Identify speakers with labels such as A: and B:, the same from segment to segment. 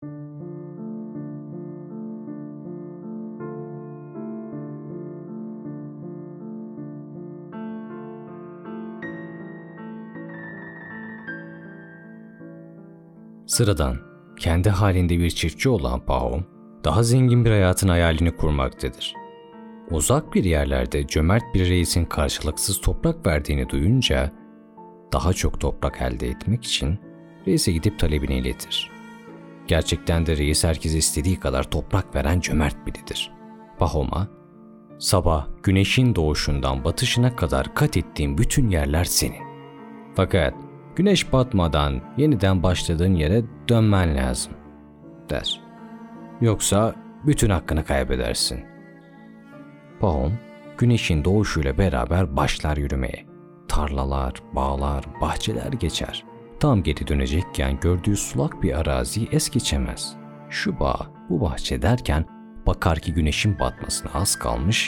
A: Sıradan, kendi halinde bir çiftçi olan Pahom, daha zengin bir hayatın hayalini kurmaktadır. Uzak bir yerlerde cömert bir reisin karşılıksız toprak verdiğini duyunca, daha çok toprak elde etmek için reise gidip talebini iletir. Gerçekten de reis herkese istediği kadar toprak veren cömert biridir. Pahom'a, sabah güneşin doğuşundan batışına kadar kat ettiğin bütün yerler senin. Fakat güneş batmadan yeniden başladığın yere dönmen lazım, der. Yoksa bütün hakkını kaybedersin. Pahom, güneşin doğuşuyla beraber başlar yürümeye. Tarlalar, bağlar, bahçeler geçer. Tam geri dönecekken gördüğü sulak bir araziyi es geçemez. Şu bağ, bu bahçe derken bakar ki güneşin batmasına az kalmış.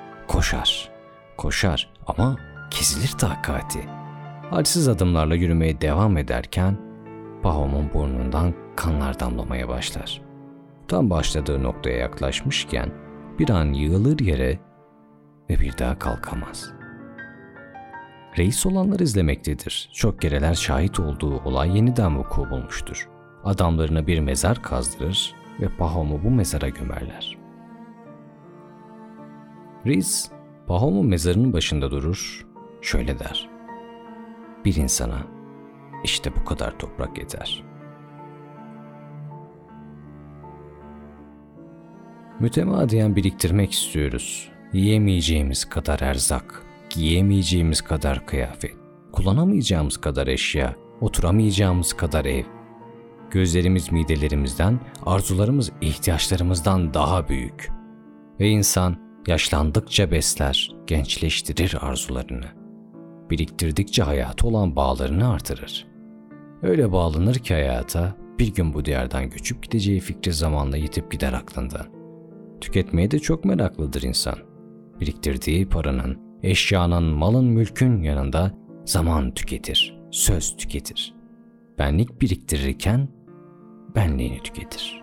A: Koşar ama kesilir takati. Halsiz adımlarla yürümeye devam ederken Pahom'un burnundan kanlar damlamaya başlar. Tam başladığı noktaya yaklaşmışken bir an yığılır yere ve bir daha kalkamaz. Reis olanlar izlemektedir. Çok kereler şahit olduğu olay yeniden vuku bulmuştur. Adamlarına bir mezar kazdırır ve Pahom'u bu mezara gömerler. Reis, Pahom'un mezarının başında durur, şöyle der. Bir insana işte bu kadar toprak yeter. Mütemadiyen biriktirmek istiyoruz. Yiyemeyeceğimiz kadar erzak, giyemeyeceğimiz kadar kıyafet, kullanamayacağımız kadar eşya, oturamayacağımız kadar ev. Gözlerimiz midelerimizden, arzularımız ihtiyaçlarımızdan daha büyük. Ve insan yaşlandıkça besler, gençleştirir arzularını. Biriktirdikçe hayata olan bağlarını artırır. Öyle bağlanır ki hayata bir gün bu diyardan göçüp gideceği fikri zamanla yitip gider aklından. Tüketmeye de çok meraklıdır insan. Biriktirdiği paranın, eşyanın, malın, mülkün yanında zaman tüketir, söz tüketir. Benlik biriktirirken benliğini tüketir.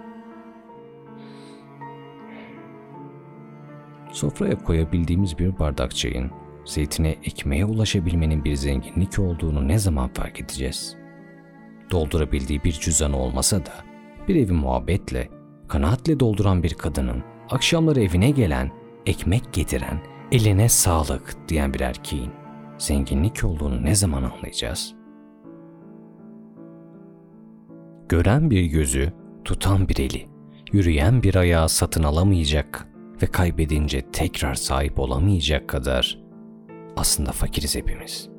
A: Sofraya koyabildiğimiz bir bardak çayın, zeytine, ekmeğe ulaşabilmenin bir zenginlik olduğunu ne zaman fark edeceğiz? Doldurabildiği bir cüzdanı olmasa da, bir evi muhabbetle, kanaatle dolduran bir kadının, akşamları evine gelen, ekmek getiren, eline sağlık diyen bir erkeğin zenginlik olduğunu ne zaman anlayacağız? Gören bir gözü, tutan bir eli, yürüyen bir ayağı satın alamayacak ve kaybedince tekrar sahip olamayacak kadar aslında fakiriz hepimiz.